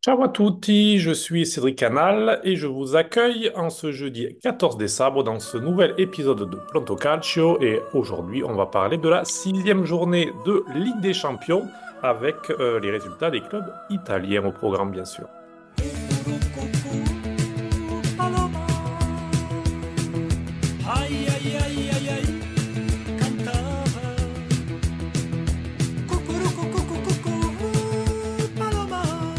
Ciao à tutti, je suis Cédric Canal et je vous accueille en ce jeudi 14 décembre dans ce nouvel épisode de Pronto Calcio. Et aujourd'hui, on va parler de la sixième journée de Ligue des Champions avec les résultats des clubs italiens au programme, bien sûr. Ai ai ai ai ai cantava cucurucu cucu cucu paloma.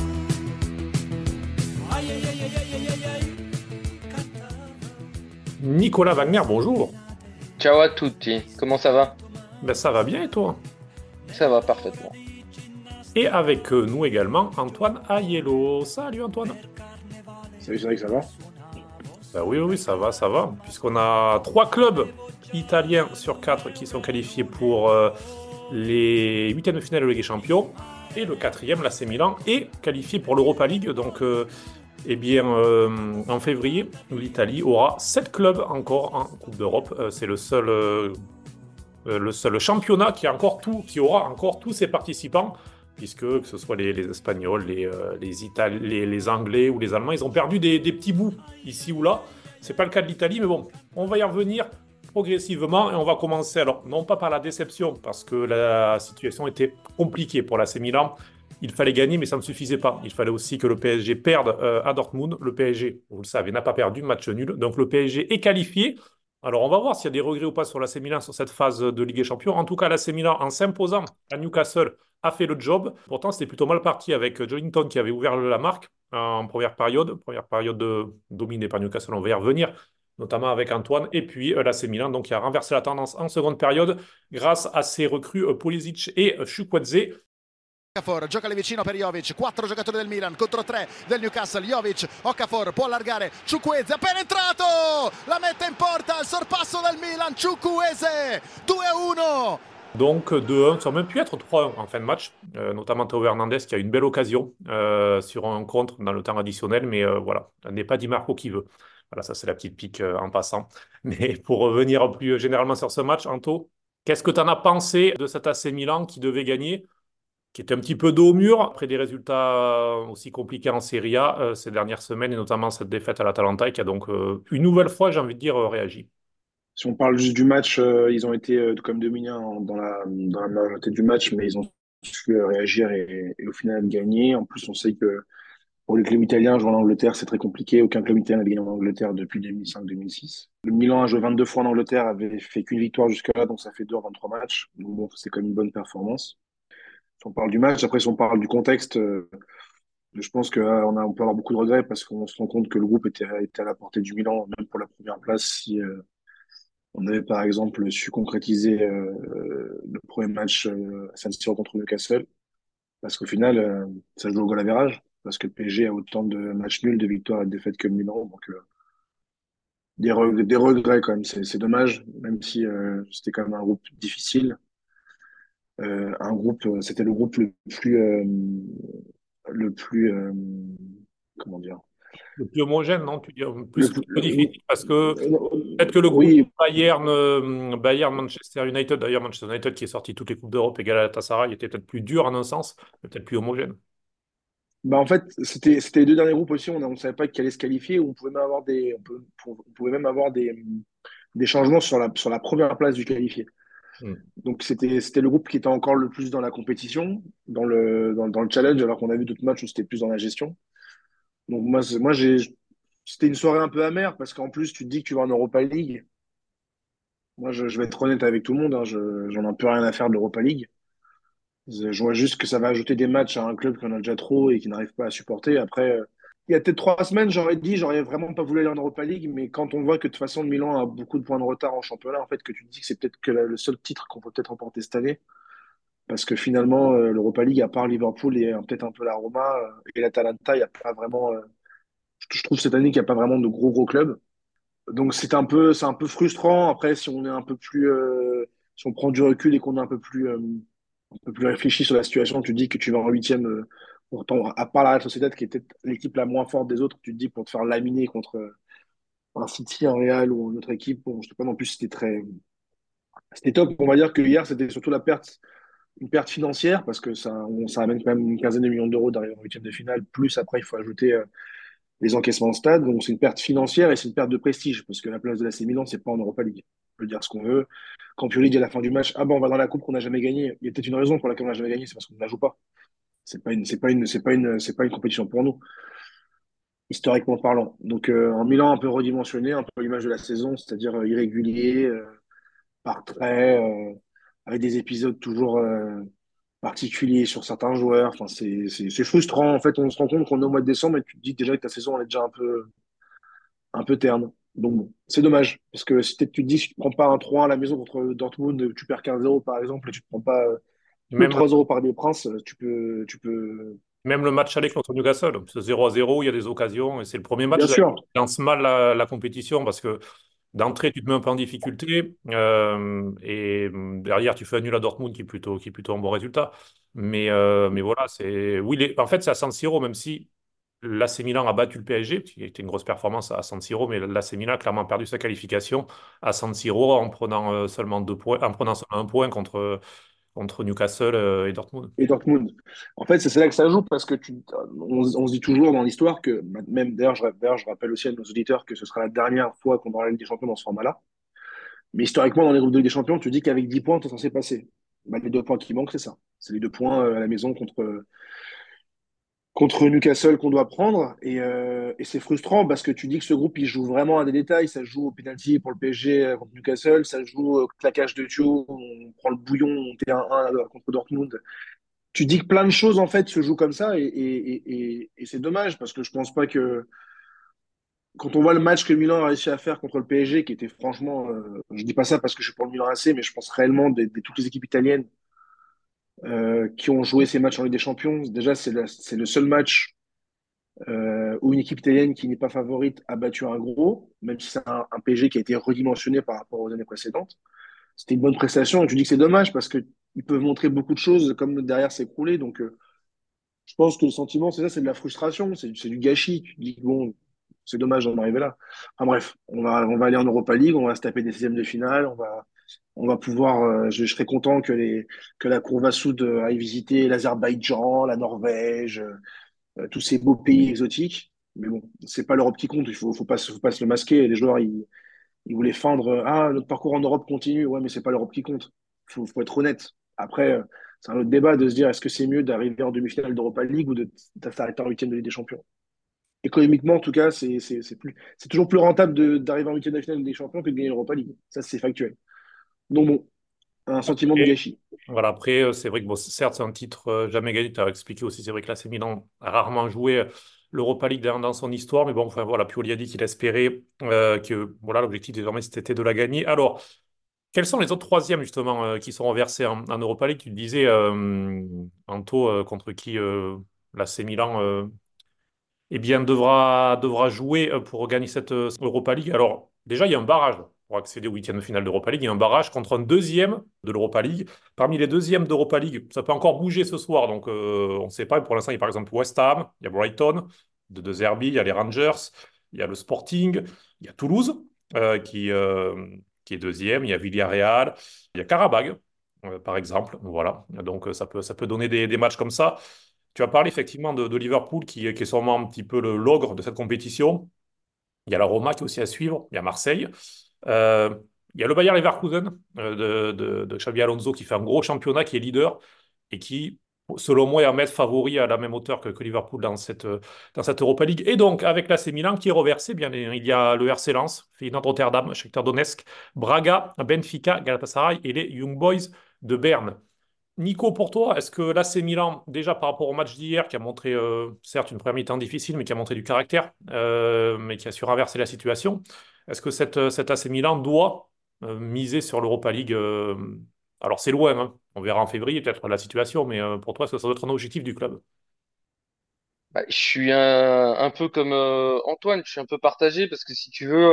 Ai ai ai ai ai ai ai cantava. Nicolas Wagner, bonjour. Ciao à tutti, comment ça va? Ben, ça va bien et toi? Ça va parfaitement. Et avec nous également Antoine Aiello. Salut Antoine. Salut, c'est vrai que ça va. Ben oui, oui, ça va, ça va. Puisqu'on a trois clubs italiens sur quatre qui sont qualifiés pour les huitièmes de finale de Ligue des Champions. Et le quatrième, l'AC Milan, est qualifié pour l'Europa League. Donc, en février, l'Italie aura sept clubs encore en Coupe d'Europe. C'est le seul championnat qui aura encore tous ses participants, puisque que ce soit les Espagnols, les Anglais ou les Allemands, ils ont perdu des petits bouts ici ou là. C'est pas le cas de l'Italie, mais bon, on va y revenir progressivement et on va commencer, alors non pas par la déception, parce que la situation était compliquée pour l'AC Milan. Il fallait gagner, mais ça ne suffisait pas. Il fallait aussi que le PSG perde à Dortmund. Le PSG, vous le savez, n'a pas perdu, match nul. Donc le PSG est qualifié. Alors, on va voir s'il y a des regrets ou pas sur l'AC Milan sur cette phase de Ligue des Champions. En tout cas, l'AC Milan, en s'imposant à Newcastle, a fait le job. Pourtant, c'était plutôt mal parti avec Joelinton qui avait ouvert la marque en première période. Première période dominée par Newcastle, on va y revenir, notamment avec Antoine. Et puis l'AC Milan, donc, qui a renversé la tendance en seconde période grâce à ses recrues Pulisic et Chukwueze. Okafor gioca lì vicino per Jovic, 4 giocatori del Milan contro 3 del Newcastle. Jovic, Okafor può allargare, Chukwueze appena entrato, la mette in porta, il sorpasso del Milan, Chukwueze 2-1. Donc 2-1, ça aurait même pu être 3-1 en fin de match, notamment Théo Hernandez qui a une belle occasion sur un contre dans le temps additionnel, mais voilà, ce n'est pas Di Marco qui veut. Voilà, ça c'est la petite pique en passant. Mais pour revenir plus généralement sur ce match, Anto, qu'est-ce que tu en as pensé de cet AC Milan qui devait gagner, qui était un petit peu dos au mur après des résultats aussi compliqués en Serie A ces dernières semaines, et notamment cette défaite à l'Atalanta, et qui a donc une nouvelle fois, j'ai envie de dire, réagi. Si on parle juste du match, ils ont été comme dominants dans la majorité du match, mais ils ont su réagir et au final gagner. En plus, on sait que pour les clubs italiens, jouer en Angleterre, c'est très compliqué. Aucun club italien n'a gagné en Angleterre depuis 2005-2006. Le Milan a joué 22 fois en Angleterre, avait fait qu'une victoire jusque-là, donc ça fait 2 en 23 matchs. Donc bon, c'est quand même une bonne performance. Si on parle du match, après, si on parle du contexte, je pense on peut avoir beaucoup de regrets parce qu'on se rend compte que le groupe était à la portée du Milan, même pour la première place, si on avait par exemple su concrétiser le premier match à San Siro contre Newcastle, parce qu'au final, ça joue au goal average, parce que le PSG a autant de matchs nuls, de victoires et de défaites que le Milan. Donc, des regrets quand même. C'est dommage, même si c'était quand même un groupe difficile. C'était le groupe le plus, comment dire, Le plus homogène, non? Tu dis le plus que plus, le plus difficile, parce que peut-être que le groupe oui. Bayern, Manchester United, d'ailleurs Manchester United qui est sorti toutes les coupes d'Europe et Galatasaray était peut-être plus dur en un sens, mais peut-être plus homogène. Bah en fait, c'était les deux derniers groupes aussi. On ne savait pas qui allait se qualifier. On pouvait même avoir on pouvait même avoir des changements sur la première place du qualifié. Hmm. Donc c'était le groupe qui était encore le plus dans la compétition, dans le challenge, alors qu'on a vu d'autres matchs où c'était plus dans la gestion. Donc c'était une soirée un peu amère parce qu'en plus tu te dis que tu vas en Europa League. Moi, je vais être honnête avec tout le monde, hein, j'en ai un peu rien à faire de l'Europa League. Je vois juste que ça va ajouter des matchs à un club qu'on a déjà trop et qui n'arrive pas à supporter. Après, il y a peut-être 3 semaines, j'aurais vraiment pas voulu aller en Europa League, mais quand on voit que de toute façon, Milan a beaucoup de points de retard en championnat, en fait, que tu te dis que c'est peut-être que le seul titre qu'on peut peut-être remporter cette année, parce que finalement, l'Europa League, à part Liverpool et peut-être un peu la Roma et l'Atalanta, il n'y a pas vraiment, je trouve cette année qu'il n'y a pas vraiment de gros gros clubs. Donc c'est un peu frustrant. Après, si on est un peu plus, si on prend du recul et qu'on est un peu plus réfléchi sur la situation, tu te dis que tu vas en huitième, à part la Real Sociedad qui était l'équipe la moins forte des autres, tu te dis pour te faire laminer contre un City, un Real ou une autre équipe, bon, je sais pas non plus si c'était top. On va dire que hier, c'était surtout la perte. une perte financière parce que ça amène quand même une quinzaine de millions d'euros d'arriver en huitième de finale. Plus après, il faut ajouter les encaissements de stade. Donc c'est une perte financière et c'est une perte de prestige parce que la place de l'AC Milan, c'est pas en Europa League. On peut dire ce qu'on veut. Quand Pioli dit à la fin du match, ah ben on va dans la coupe qu'on n'a jamais gagnée. Il y a peut-être une raison pour laquelle on n'a jamais gagné, c'est parce qu'on ne la joue pas. C'est pas une compétition pour nous, historiquement parlant. Donc en Milan, un peu redimensionné, un peu l'image de la saison, c'est-à-dire irrégulier, par trait, avec des épisodes toujours particuliers sur certains joueurs. Enfin, c'est frustrant. En fait, on se rend compte qu'on est au mois de décembre et tu te dis déjà que ta saison elle est déjà un peu terne. Donc bon, c'est dommage. Parce que si tu te dis, si tu ne prends pas un 3-1 à la maison contre Dortmund, tu perds 15-0 par exemple, et tu ne prends pas le Même, 3-0 par des Princes, tu peux. même le match aller contre Newcastle, c'est 0-0, il y a des occasions, et c'est le premier match Bien d'ailleurs, sûr, qui lance mal la compétition, parce que d'entrée, tu te mets un peu en difficulté, et derrière, tu fais un nul à Dortmund, qui est plutôt un bon résultat. Mais voilà, oui, en fait, c'est à San Siro, même si l'AC Milan a battu le PSG, qui a été une grosse performance à San Siro, mais l'AC Milan a clairement perdu sa qualification à San Siro en prenant seulement 2 points, en prenant seulement un point contre Newcastle et Dortmund. et Dortmund. En fait, c'est là que ça joue parce que on se dit toujours dans l'histoire que, même d'ailleurs, je rappelle aussi à nos auditeurs que ce sera la dernière fois qu'on aura la Ligue des Champions dans ce format-là. Mais historiquement, dans les groupes de Ligue des Champions, tu dis qu'avec 10 points, tu es censé passer. Bah, les 2 points qui manquent, c'est ça. C'est les 2 points à la maison contre Newcastle qu'on doit prendre. Et c'est frustrant parce que tu dis que ce groupe, il joue vraiment à des détails. Ça joue au penalty pour le PSG contre Newcastle. Ça joue au claquage de Thio. On prend le bouillon, on t 1-1 contre Dortmund. Tu dis que plein de choses, en fait, se jouent comme ça. Et c'est dommage parce que je pense pas que. Quand on voit le match que Milan a réussi à faire contre le PSG, qui était franchement, je dis pas ça parce que je suis pour le Milan AC, mais je pense réellement de toutes les équipes italiennes qui ont joué ces matchs en Ligue des Champions. Déjà, c'est le seul match où une équipe italienne qui n'est pas favorite a battu un gros, même si c'est un PSG qui a été redimensionné par rapport aux années précédentes. C'était une bonne prestation. Et tu dis que c'est dommage parce que ils peuvent montrer beaucoup de choses comme derrière s'écrouler. Donc, je pense que le sentiment, c'est ça, c'est de la frustration, c'est du gâchis. Tu te dis, bon, c'est dommage d'en arriver là. Enfin bref, on va aller en Europa League, on va se taper des 16e de finale, on va pouvoir, je serais content que la Courva Sud aille visiter l'Azerbaïdjan, la Norvège, tous ces beaux pays exotiques. Mais bon, c'est pas l'Europe qui compte, faut pas se le masquer. Les joueurs, ils voulaient feindre, ah, notre parcours en Europe continue. Ouais, mais c'est pas l'Europe qui compte. Faut être honnête. Après, c'est un autre débat de se dire, est-ce que c'est mieux d'arriver en demi-finale d'Europa League ou de s'arrêter en huitième de Ligue des Champions? Économiquement, en tout cas, c'est toujours plus rentable d'arriver en huitième de finale de Ligue des Champions que de gagner l'Europa League. Ça, c'est factuel. Donc bon, un sentiment de Et gâchis. voilà, après, c'est vrai que bon, certes, c'est un titre jamais gagné. Tu as expliqué aussi, c'est vrai que l'AC Milan a rarement joué l'Europa League dans son histoire. Mais bon, enfin, voilà, Pioli a dit qu'il espérait que voilà, l'objectif désormais, c'était de la gagner. Alors, quels sont les autres troisièmes, justement, qui sont reversés en Europa League? Tu le disais, Anto, contre qui l'AC Milan eh bien, devra jouer pour gagner cette Europa League. Alors, déjà, il y a un barrage pour accéder au huitième de finale d'Europa League. Il y a un barrage contre un deuxième de l'Europa League. Parmi les deuxièmes d'Europa League, ça peut encore bouger ce soir, donc on ne sait pas. Pour l'instant, il y a par exemple West Ham, il y a Brighton, de Zerbi, il y a les Rangers, il y a le Sporting, il y a Toulouse qui est deuxième, il y a Villarreal, il y a Karabag, par exemple. Voilà, donc ça peut donner des matchs comme ça. Tu as parlé effectivement de Liverpool qui est sûrement un petit peu l'ogre de cette compétition. Il y a la Roma qui est aussi à suivre. Il y a Marseille. Euh, il y a le Bayer Leverkusen de Xabi Alonso qui fait un gros championnat, qui est leader et qui, selon moi, est à mettre favori à la même hauteur que Liverpool dans cette Europa League. Et donc, avec l'AC Milan qui est reversé, bien, il y a le RC Lens, Feyenoord Rotterdam, Shakhtar Donetsk, Braga, Benfica, Galatasaray et les Young Boys de Berne. Nico, pour toi, est-ce que l'AC Milan, déjà par rapport au match d'hier, qui a montré, certes, une première mi-temps difficile, mais qui a montré du caractère, mais qui a su renverser la situation, est-ce que cet AC Milan doit miser sur l'Europa League alors c'est loin, hein. On verra en février peut-être la situation, mais pour toi, est-ce que ça doit être un objectif du club? Bah, je suis un peu comme Antoine, je suis un peu partagé parce que si tu veux,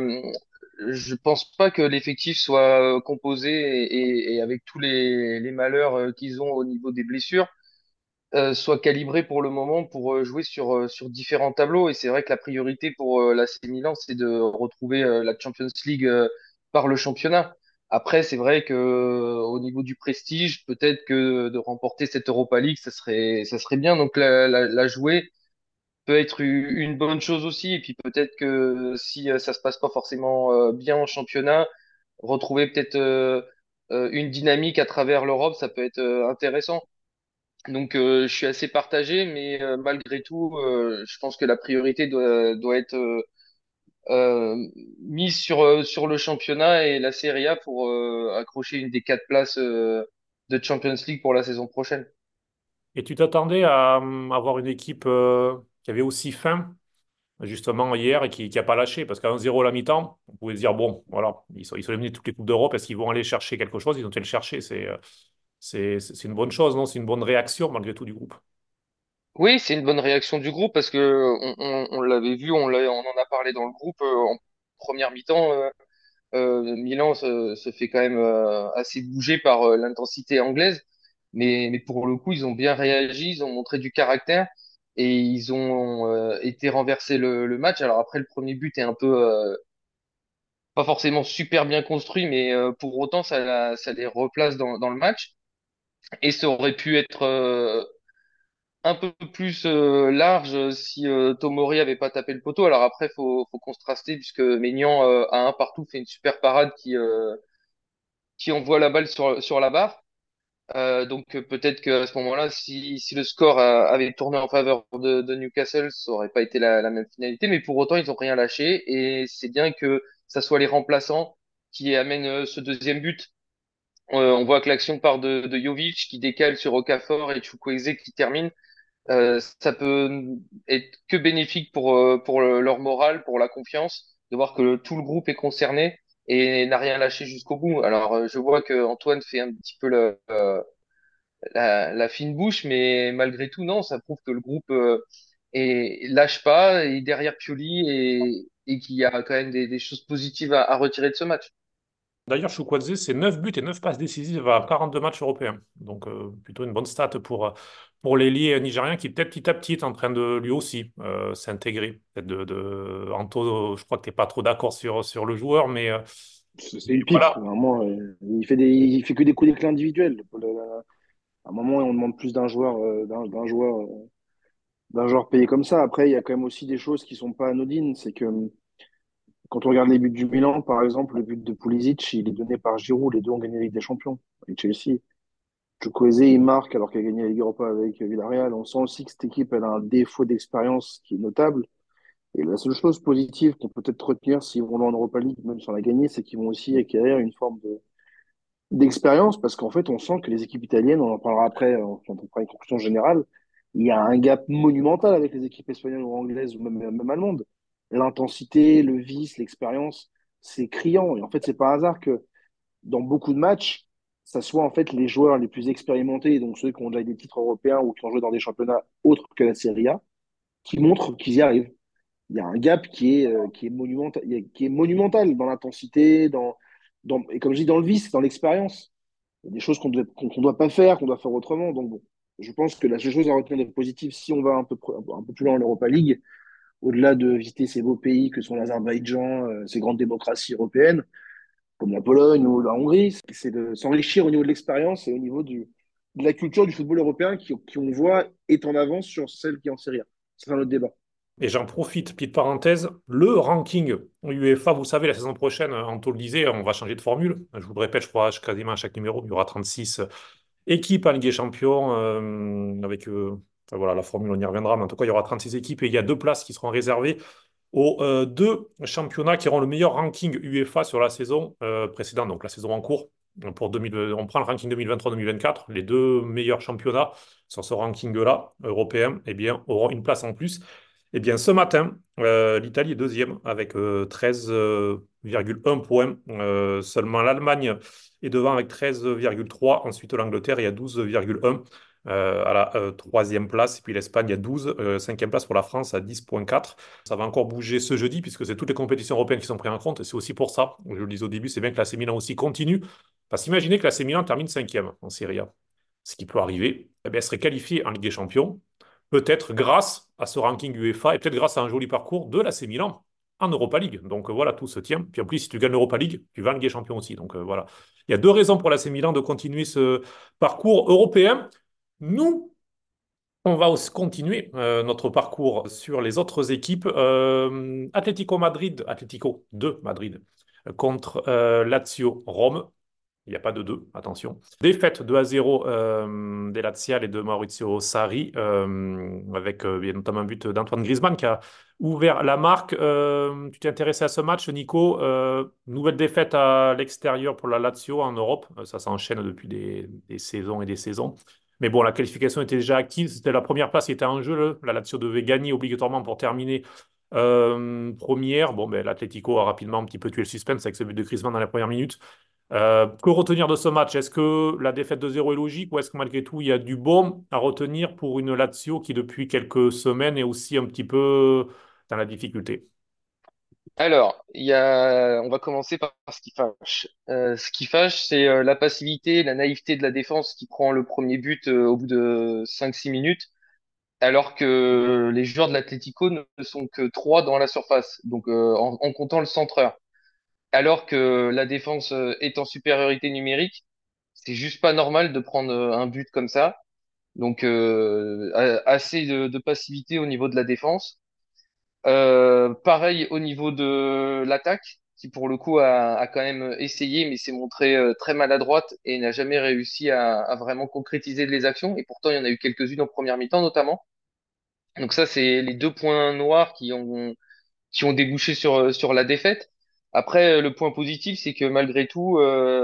je pense pas que l'effectif soit composé et avec tous les malheurs qu'ils ont au niveau des blessures, soit calibré pour le moment pour jouer sur différents tableaux. Et c'est vrai que la priorité pour l'AC Milan, c'est de retrouver la Champions League par le championnat. Après, c'est vrai que au niveau du prestige, peut-être que de remporter cette Europa League, ça serait bien. Donc la jouer peut être une bonne chose aussi. Et puis peut-être que si ça se passe pas forcément bien en championnat, retrouver peut-être une dynamique à travers l'Europe, ça peut être intéressant. Donc je suis assez partagé, mais malgré tout, je pense que la priorité doit être euh, mise sur le championnat et la Serie A pour accrocher une des quatre places de Champions League pour la saison prochaine. Et tu t'attendais à avoir une équipe qui avait aussi faim, justement, hier, et qui n'a pas lâché, parce qu'à 1-0 à la mi-temps, on pouvait se dire, bon, voilà, ils sont éliminés de toutes les Coupes d'Europe, est-ce qu'ils vont aller chercher quelque chose? Ils ont été le chercher, c'est une bonne chose, non? C'est une bonne réaction, malgré tout, du groupe. Oui, c'est une bonne réaction du groupe parce que on l'avait vu, on en a parlé dans le groupe en première mi-temps. Milan se fait quand même assez bouger par l'intensité anglaise, mais pour le coup, ils ont bien réagi, ils ont montré du caractère et ils ont été renversés le match. Alors après, le premier but est un peu pas forcément super bien construit, mais pour autant, ça les replace dans le match et ça aurait pu être un peu plus large si Tomori avait pas tapé le poteau. Alors après, faut contraster puisque Maignan à un partout fait une super parade qui envoie la balle sur la barre. Donc peut-être qu'à ce moment-là, si le score avait tourné en faveur de Newcastle, ça aurait pas été la même finalité. Mais pour autant, ils ont rien lâché et c'est bien que ça soit les remplaçants qui amènent ce deuxième but. On voit que l'action part de Jovic qui décale sur Okafor et Chukwueze qui termine. Ça peut être que bénéfique pour leur morale, pour la confiance, de voir que tout le groupe est concerné et n'a rien lâché jusqu'au bout. Alors, je vois que Antoine fait un petit peu la fine bouche, mais malgré tout, non, ça prouve que le groupe lâche pas, est derrière Pioli et qu'il y a quand même des choses positives à retirer de ce match. D'ailleurs, Chukwueze, c'est 9 buts et 9 passes décisives à 42 matchs européens. Donc, plutôt une bonne stat pour l'ailier nigérien qui, peut-être petit à petit, est en train de lui aussi s'intégrer. Peut-être Anto, je crois que tu n'es pas trop d'accord sur le joueur, mais C'est une pipe, voilà. vraiment. Il fait que des coups d'éclat individuels. À un moment, on demande plus d'un joueur, d'un joueur payé comme ça. Après, il y a quand même aussi des choses qui sont pas anodines. C'est que quand on regarde les buts du Milan, par exemple, le but de Pulisic, il est donné par Giroud. Les deux ont gagné la Ligue des Champions avec Chelsea. Chukwueze, il marque alors qu'il a gagné la Ligue Europa avec Villarreal. On sent aussi que cette équipe, elle a un défaut d'expérience qui est notable. Et la seule chose positive qu'on peut peut-être retenir s'ils vont en Europa League, même sans la gagner, c'est qu'ils vont aussi acquérir une forme d'expérience parce qu'en fait, on sent que les équipes italiennes, on en parlera après, quand on fera une conclusion générale, il y a un gap monumental avec les équipes espagnoles ou anglaises ou même allemandes. L'intensité, le vice, l'expérience, c'est criant. Et en fait, c'est pas un hasard que dans beaucoup de matchs, ça soit en fait les joueurs les plus expérimentés, donc ceux qui ont déjà des titres européens ou qui ont joué dans des championnats autres que la Serie A, qui montrent qu'ils y arrivent. Il y a un gap qui est monumental dans l'intensité, et comme je dis, dans le vice, dans l'expérience. Il y a des choses qu'on doit pas faire, qu'on doit faire autrement. Donc bon, je pense que la seule chose à retenir de positif, si on va un peu plus loin en Europa League, au-delà de visiter ces beaux pays que sont l'Azerbaïdjan, ces grandes démocraties européennes, comme la Pologne ou la Hongrie, c'est de s'enrichir au niveau de l'expérience et au niveau de la culture du football européen qui on voit est en avance sur celle qui est en Serie A. C'est un autre débat. Et j'en profite, petite parenthèse, le ranking UEFA, vous savez, la saison prochaine, Anto le disait, on va changer de formule. Je vous le répète, je crois, quasiment à chaque numéro, il y aura 36 équipes en Ligue des Champions, avec, enfin, voilà, la formule, on y reviendra, mais en tout cas, il y aura 36 équipes et il y a deux places qui seront réservées aux deux championnats qui auront le meilleur ranking UEFA sur la saison précédente, donc la saison en cours. Pour 2000, on prend le ranking 2023-2024, les deux meilleurs championnats sur ce ranking-là, européen, eh bien, auront une place en plus. Eh bien, ce matin, l'Italie est deuxième avec 13,1 points. Seulement l'Allemagne est devant avec 13,3. Ensuite, l'Angleterre est à 12,1 à la troisième place. Et puis l'Espagne à 12. Cinquième place pour la France à 10,4. Ça va encore bouger ce jeudi puisque c'est toutes les compétitions européennes qui sont prises en compte. Et c'est aussi pour ça, je le disais au début, c'est bien que l'AC Milan aussi continue. Parce qu'imaginez que l'AC Milan termine cinquième en Serie A. Ce qui peut arriver, eh bien, elle serait qualifiée en Ligue des Champions peut-être grâce à ce ranking UEFA et peut-être grâce à un joli parcours de l'AC Milan. en Europa League. Donc voilà, tout se tient. Puis en plus, si tu gagnes l'Europa League, tu vas en Ligue des Champions aussi. Donc voilà. Il y a deux raisons pour l'AC Milan de continuer ce parcours européen. Nous, on va aussi continuer notre parcours sur les autres équipes. Atlético de Madrid contre Lazio Rome. Il n'y a pas de 2, attention. Défaite 2-0 des Lazial et de Maurizio Sarri, avec bien notamment un but d'Antoine Griezmann qui a ouvert la marque. Tu t'es intéressé à ce match, Nico. Nouvelle défaite à l'extérieur pour la Lazio en Europe. Ça s'enchaîne depuis des saisons et des saisons. Mais bon, la qualification était déjà acquise. C'était la première place qui était en jeu. La Lazio devait gagner obligatoirement pour terminer première. Bon, ben, l'Atlético a rapidement un petit peu tué le suspense avec ce but de Griezmann dans la première minute. Que retenir de ce match? Est-ce que la défaite de 0 est logique ou est-ce que malgré tout, il y a du bon à retenir pour une Lazio qui, depuis quelques semaines, est aussi un petit peu dans la difficulté? Alors, on va commencer par ce qui fâche. Ce qui fâche, c'est la passivité, la naïveté de la défense qui prend le premier but au bout de 5-6 minutes, alors que les joueurs de l'Atlético ne sont que trois dans la surface, donc en comptant le centreur. Alors que la défense est en supériorité numérique, c'est juste pas normal de prendre un but comme ça. Donc assez de passivité au niveau de la défense. Pareil au niveau de l'attaque, qui pour le coup a quand même essayé, mais s'est montré très maladroite et n'a jamais réussi à vraiment concrétiser les actions. Et pourtant, il y en a eu quelques-unes en première mi-temps notamment. Donc ça, c'est les deux points noirs qui ont débouché sur la défaite. Après, le point positif, c'est que malgré tout,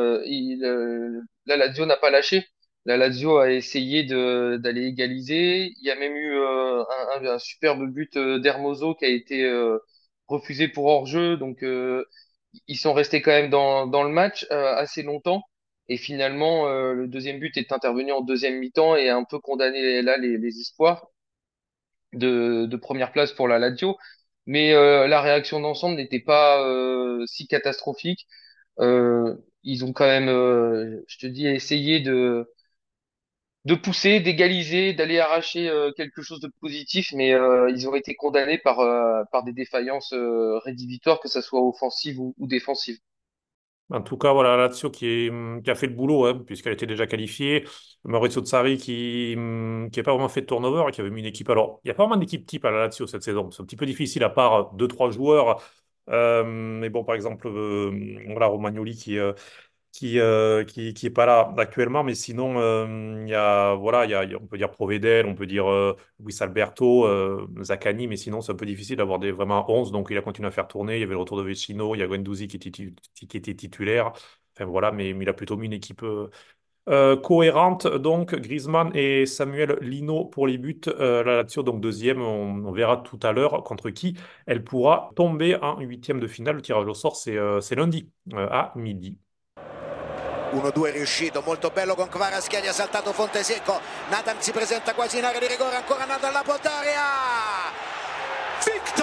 la Lazio n'a pas lâché. La Lazio a essayé d'aller égaliser. Il y a même eu un superbe but d'Hermoso qui a été refusé pour hors-jeu. Donc, ils sont restés quand même dans le match assez longtemps. Et finalement, le deuxième but est intervenu en deuxième mi-temps et a un peu condamné là les espoirs de première place pour la Lazio. Mais la réaction d'ensemble n'était pas si catastrophique. Ils ont quand même, je te dis, essayé de pousser, d'égaliser, d'aller arracher quelque chose de positif, mais ils ont été condamnés par des défaillances rédhibitoires, que ce soit offensive ou défensive. En tout cas, voilà, Lazio qui a fait le boulot, hein, puisqu'elle était déjà qualifiée. Maurizio Sarri qui n'a pas vraiment fait de turnover et qui avait mis une équipe. Alors, il n'y a pas vraiment d'équipe type à la Lazio cette saison. C'est un petit peu difficile à part deux, trois joueurs. Mais bon, par exemple, voilà, Romagnoli qui est pas là actuellement, mais sinon, il y a, voilà, on peut dire Provedel, on peut dire Luis Alberto, Zaccagni, mais sinon, c'est un peu difficile d'avoir vraiment 11, donc il a continué à faire tourner. Il y avait le retour de Vecino, il y a Guendouzi qui était titulaire. Enfin voilà, mais il a plutôt mis une équipe cohérente. Donc Griezmann et Samuel Lino pour les buts. La Lazio, donc deuxième, on verra tout à l'heure contre qui elle pourra tomber en huitième de finale. Le tirage au sort, c'est lundi à midi. 1-2 riuscito, molto bello con Kvaratskhelia, ha saltato Fontesecco, Nathan si presenta quasi in area di rigore, ancora Nathan alla portaria, Victor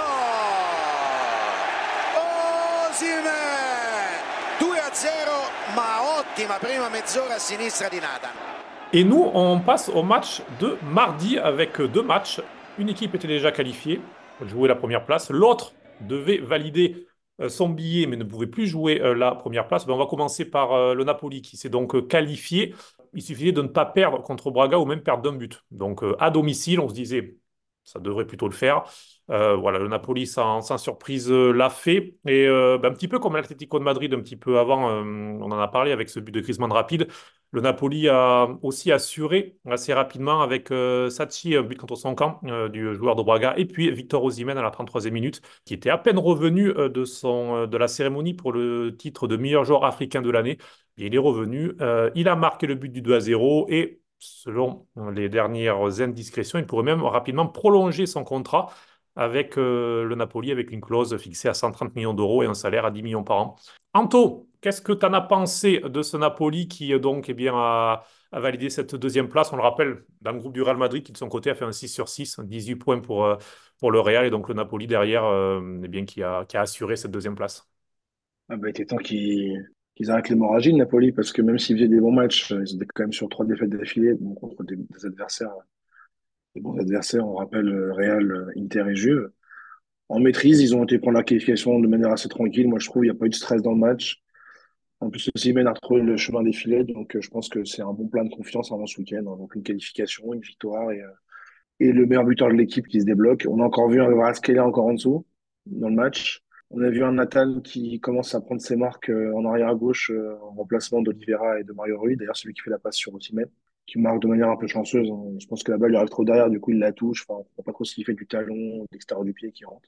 Osimhen, 2-0, ma ottima prima mezz'ora a sinistra di Nathan. Et nous, on passe au match de mardi avec deux matchs. Une équipe était déjà qualifiée, jouer la première place. L'autre devait valider son billet, mais ne pouvait plus jouer la première place. Ben, on va commencer par le Napoli qui s'est donc qualifié. Il suffisait de ne pas perdre contre Braga ou même perdre d'un but. Donc à domicile, on se disait, ça devrait plutôt le faire. Voilà, le Napoli, sans surprise, l'a fait. Et ben, un petit peu comme l'Atlético de Madrid, un petit peu avant, on en a parlé avec ce but de Griezmann rapide. Le Napoli a aussi assuré assez rapidement avec Sacchi, un but contre son camp du joueur de Braga, et puis Victor Osimhen à la 33e minute, qui était à peine revenu de la cérémonie pour le titre de meilleur joueur africain de l'année. Et il est revenu, il a marqué le but du 2-0 et selon les dernières indiscrétions, il pourrait même rapidement prolonger son contrat avec le Napoli, avec une clause fixée à 130 millions d'euros et un salaire à 10 millions par an. Anto, qu'est-ce que tu en as pensé de ce Napoli qui donc a validé cette deuxième place? On le rappelle, dans le groupe du Real Madrid, qui de son côté a fait un 6 sur 6, 18 points pour le Real, et donc le Napoli derrière, qui a assuré cette deuxième place. Ah bah, il était temps qu'ils arrêtent l'hémorragie de Napoli, parce que même s'ils faisaient des bons matchs, ils étaient quand même sur trois défaites d'affilée, bon, contre des adversaires, des bons adversaires, on rappelle Real, Inter et Juve. en maîtrise. Ils ont été prendre la qualification de manière assez tranquille. Moi, je trouve il n'y a pas eu de stress dans le match. En plus, Osimhen a retrouvé le chemin des filets, donc je pense que c'est un bon plein de confiance avant ce week-end, hein. Donc une qualification, une victoire et le meilleur buteur de l'équipe qui se débloque. On a encore vu un Kvaratskhelia encore en dessous dans le match. On a vu un Nathan qui commence à prendre ses marques en arrière à gauche en remplacement d'Oliveira et de Mario Rui. D'ailleurs, celui qui fait la passe sur Osimhen, qui marque de manière un peu chanceuse, hein. Je pense que la balle lui arrive trop derrière, du coup il la touche. Enfin, on ne voit pas trop s'il fait du talon, de l'extérieur du pied qui rentre.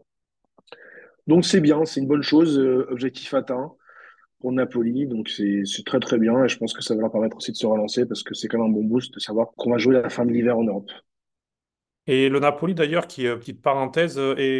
Donc c'est bien, c'est une bonne chose, objectif atteint pour Napoli. Donc c'est très très bien et je pense que ça va leur permettre aussi de se relancer parce que c'est quand même un bon boost de savoir qu'on va jouer la fin de l'hiver en Europe. Et le Napoli, d'ailleurs, qui, petite parenthèse,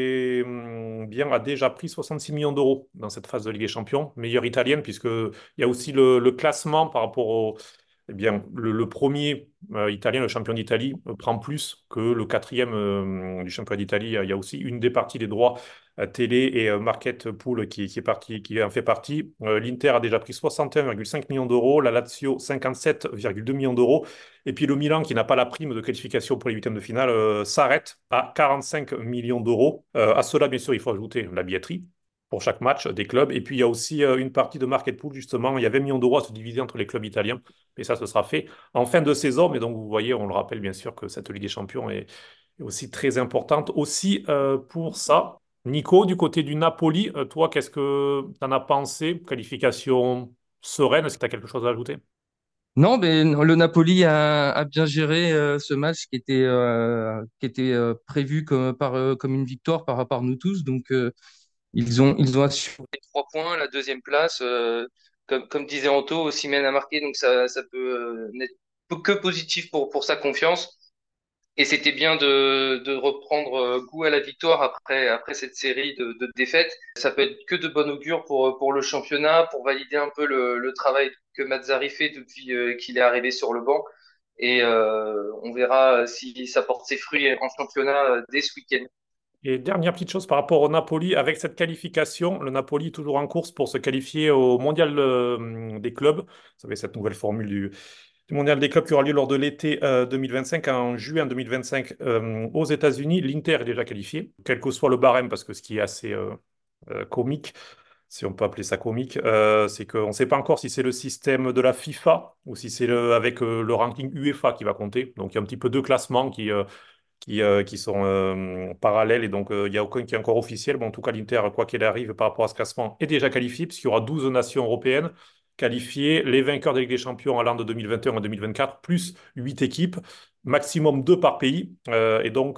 bien, a déjà pris 66 millions d'euros dans cette phase de Ligue des Champions, meilleure italienne, puisqu'il y a aussi le classement par rapport au. Eh bien, le premier italien, le champion d'Italie, prend plus que le quatrième du championnat d'Italie. Il y a aussi une des parties des droits télé et Market Pool qui est parti, qui en fait partie. L'Inter a déjà pris 61,5 millions d'euros, la Lazio 57,2 millions d'euros. Et puis le Milan, qui n'a pas la prime de qualification pour les huitièmes de finale, s'arrête à 45 millions d'euros. À cela, bien sûr, il faut ajouter la billetterie pour chaque match des clubs. Et puis, il y a aussi une partie de Market Pool, justement. Il y a 20 millions d'euros à se diviser entre les clubs italiens. Et ça, ce sera fait en fin de saison. Mais donc, vous voyez, on le rappelle bien sûr que cette Ligue des Champions est aussi très importante aussi pour ça. Nico, du côté du Napoli, toi, qu'est-ce que tu en as pensé? Qualification sereine, est-ce que tu as quelque chose à ajouter? Non, mais non, le Napoli a bien géré ce match qui était prévu comme une victoire par nous tous. Donc, ils ont assuré les 3 points, la deuxième place. Comme disait Anto, Osimhen a marqué, donc ça peut n'être que positif pour sa confiance. Et c'était bien de reprendre goût à la victoire après cette série de défaites. Ça peut être que de bon augure pour le championnat, pour valider un peu le travail que Mazzarri fait depuis qu'il est arrivé sur le banc. Et on verra si ça porte ses fruits en championnat dès ce week-end. Et dernière petite chose par rapport au Napoli, avec cette qualification, le Napoli est toujours en course pour se qualifier au Mondial des clubs. Vous savez, cette nouvelle formule du Mondial des clubs qui aura lieu lors de l'été 2025, en juin 2025 aux États-Unis. L'Inter est déjà qualifié, quel que soit le barème, parce que ce qui est assez comique, si on peut appeler ça comique, c'est qu'on ne sait pas encore si c'est le système de la FIFA ou si c'est avec le ranking UEFA qui va compter. Donc il y a un petit peu deux classements qui sont parallèles et donc il n'y a aucun qui est encore officiel. Bon, en tout cas, l'Inter, quoi qu'il arrive par rapport à ce classement, est déjà qualifié puisqu'il y aura 12 nations européennes qualifiées, les vainqueurs de Ligue des Champions allant de 2021 à 2024, plus 8 équipes, maximum 2 par pays. Et donc,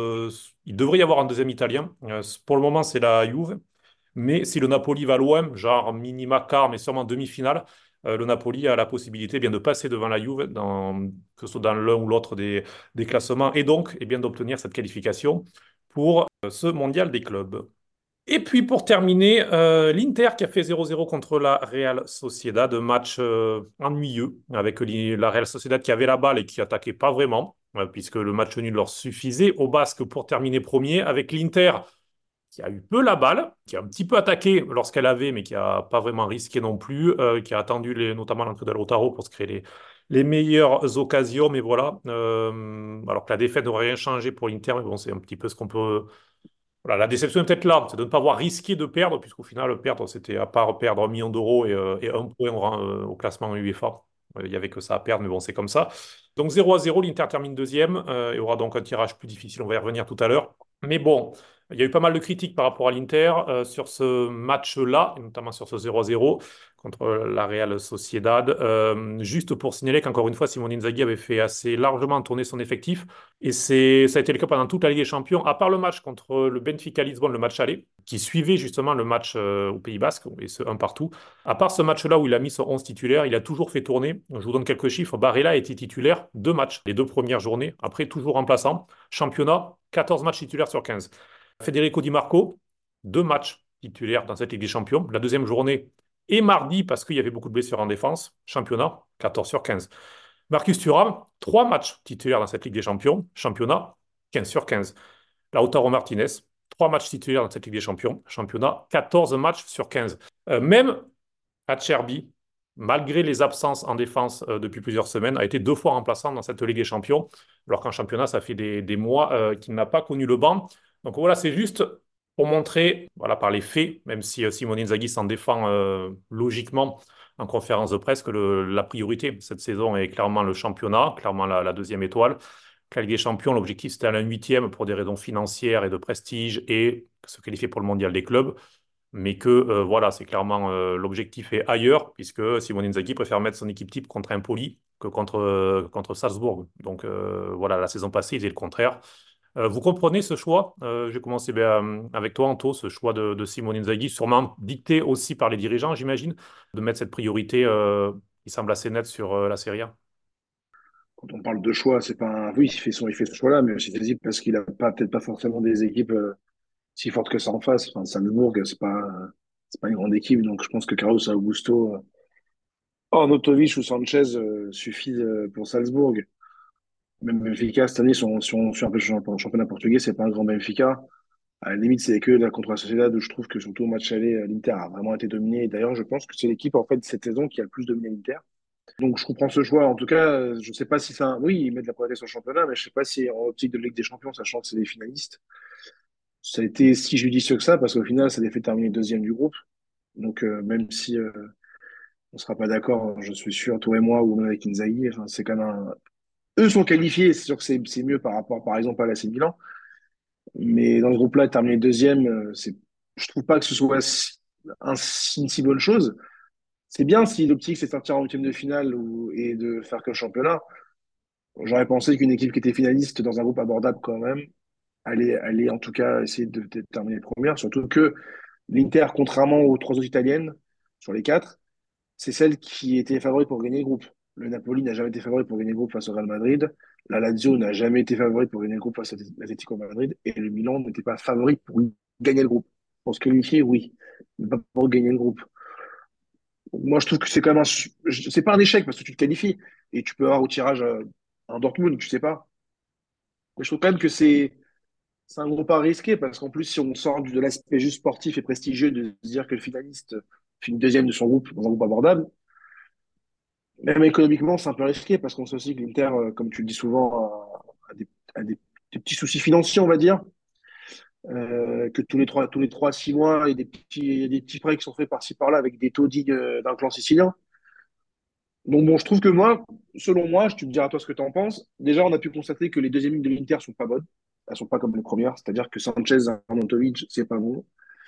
il devrait y avoir un deuxième Italien. Pour le moment, c'est la Juve. Mais si le Napoli va loin, genre minima quart, mais sûrement demi-finale, le Napoli a la possibilité bien de passer devant la Juve, que ce soit dans l'un ou l'autre des classements, et donc bien d'obtenir cette qualification pour ce mondial des clubs. Et puis pour terminer, l'Inter qui a fait 0-0 contre la Real Sociedad, match ennuyeux, avec la Real Sociedad qui avait la balle et qui attaquait pas vraiment, puisque le match nul leur suffisait au Basque pour terminer premier, avec l'Inter qui a eu peu la balle, qui a un petit peu attaqué lorsqu'elle avait, mais qui n'a pas vraiment risqué non plus, qui a attendu notamment l'entrée de Lautaro pour se créer les meilleures occasions. Mais voilà, alors que la défaite n'aurait rien changé pour l'Inter, mais bon, c'est un petit peu ce qu'on peut. Voilà, la déception est peut-être là, c'est de ne pas avoir risqué de perdre, puisqu'au final, perdre, c'était à part perdre 1 million d'euros et un point au classement UEFA. Il n'y avait que ça à perdre, mais bon, c'est comme ça. Donc 0-0, l'Inter termine deuxième et aura donc un tirage plus difficile, on va y revenir tout à l'heure. Mais bon, il y a eu pas mal de critiques par rapport à l'Inter sur ce match-là, et notamment sur ce 0-0 contre la Real Sociedad. Juste pour signaler qu'encore une fois, Simone Inzaghi avait fait assez largement tourner son effectif. Et ça a été le cas pendant toute la Ligue des Champions, à part le match contre le Benfica Lisbonne, le match aller, qui suivait justement le match au Pays Basque, et ce un partout. À part ce match-là où il a mis son 11 titulaire, il a toujours fait tourner. Je vous donne quelques chiffres. Barella a été titulaire 2 matchs, les 2 premières journées, après toujours remplaçant. Championnat, 14 matchs titulaires sur 15. Federico Di Marco, 2 matchs titulaires dans cette Ligue des Champions. La deuxième journée et mardi, parce qu'il y avait beaucoup de blessures en défense. Championnat, 14 sur 15. Marcus Thuram, 3 matchs titulaires dans cette Ligue des Champions. Championnat, 15 sur 15. Lautaro Martinez, 3 matchs titulaires dans cette Ligue des Champions. Championnat, 14 matchs sur 15. Même Acerbi, malgré les absences en défense depuis plusieurs semaines, a été 2 fois remplaçant dans cette Ligue des Champions, alors qu'en championnat, ça fait des mois qu'il n'a pas connu le banc. Donc voilà, c'est juste pour montrer, voilà, par les faits, même si Simone Inzaghi s'en défend logiquement en conférence de presse, que la priorité cette saison est clairement le championnat, clairement la deuxième étoile. Que la Ligue des Champions, l'objectif c'était à la huitième pour des raisons financières et de prestige et se qualifier pour le mondial des clubs. Mais que voilà, c'est clairement l'objectif est ailleurs, puisque Simone Inzaghi préfère mettre son équipe type contre Empoli que contre Salzbourg. Donc voilà, la saison passée, il faisait le contraire. Vous comprenez ce choix? Je vais commencer avec toi, Anto, ce choix de Simone Inzaghi, sûrement dicté aussi par les dirigeants, j'imagine, de mettre cette priorité qui semble assez nette sur la Serie A. Quand on parle de choix, c'est pas un... Oui, il fait ce choix-là, mais c'est visible parce qu'il a pas, peut-être pas forcément des équipes si fortes que ça en face. Enfin, Salzbourg, c'est pas une grande équipe, donc je pense que Carlos Augusto, Arnautovic ou Sanchez suffisent pour Salzbourg. Même Benfica, cette année, si on suit un peu le championnat portugais, c'est pas un grand Benfica. À la limite, c'est que là, contre la Sociedad, où je trouve que surtout au match aller, l'Inter a vraiment été dominé. Et d'ailleurs, je pense que c'est l'équipe, en fait, cette saison qui a le plus dominé l'Inter. Donc, je comprends ce choix. En tout cas, je sais pas si ça. Oui, ils mettent de la priorité sur le championnat, mais je sais pas si en optique de Ligue des Champions, sachant que c'est des finalistes, ça a été si judicieux que ça, parce qu'au final, ça les fait terminer deuxième du groupe. Donc, même si on sera pas d'accord, je suis sûr, toi et moi, ou même avec Inzaghi, enfin, c'est quand même un... Eux sont qualifiés, c'est sûr que c'est mieux par rapport, par exemple, à l'AC Milan. Mais dans ce groupe-là, terminer deuxième, je trouve pas que ce soit une si bonne chose. C'est bien si l'optique c'est de sortir en huitième de finale et de faire que le championnat. J'aurais pensé qu'une équipe qui était finaliste dans un groupe abordable quand même allait en tout cas essayer de terminer première. Surtout que l'Inter, contrairement aux trois autres italiennes sur les quatre, c'est celle qui était favorite pour gagner le groupe. Le Napoli n'a jamais été favori pour gagner le groupe face au Real Madrid. La Lazio n'a jamais été favorite pour gagner le groupe face à l'Atlético Madrid. Et le Milan n'était pas favori pour gagner le groupe. Pour se qualifier, oui, mais pas pour gagner le groupe. Moi, je trouve que c'est quand même c'est pas un échec parce que tu te qualifies et tu peux avoir au tirage un Dortmund, tu sais pas. Mais je trouve quand même que c'est un groupe à risquer parce qu'en plus, si on sort de l'aspect juste sportif et prestigieux de se dire que le finaliste finit deuxième de son groupe dans un groupe abordable, même économiquement, c'est un peu risqué parce qu'on sait aussi que l'Inter, comme tu le dis souvent, a des petits soucis financiers, on va dire. Que tous les 3 à 6 mois, il y a des petits prêts qui sont faits par-ci par-là avec des taux dignes d'un clan sicilien. Donc bon, je trouve que moi, selon moi, je te dirai à toi ce que tu en penses. Déjà, on a pu constater que les deuxièmes lignes de l'Inter sont pas bonnes. Elles sont pas comme les premières, c'est-à-dire que Sanchez, Arnautovic, c'est pas bon.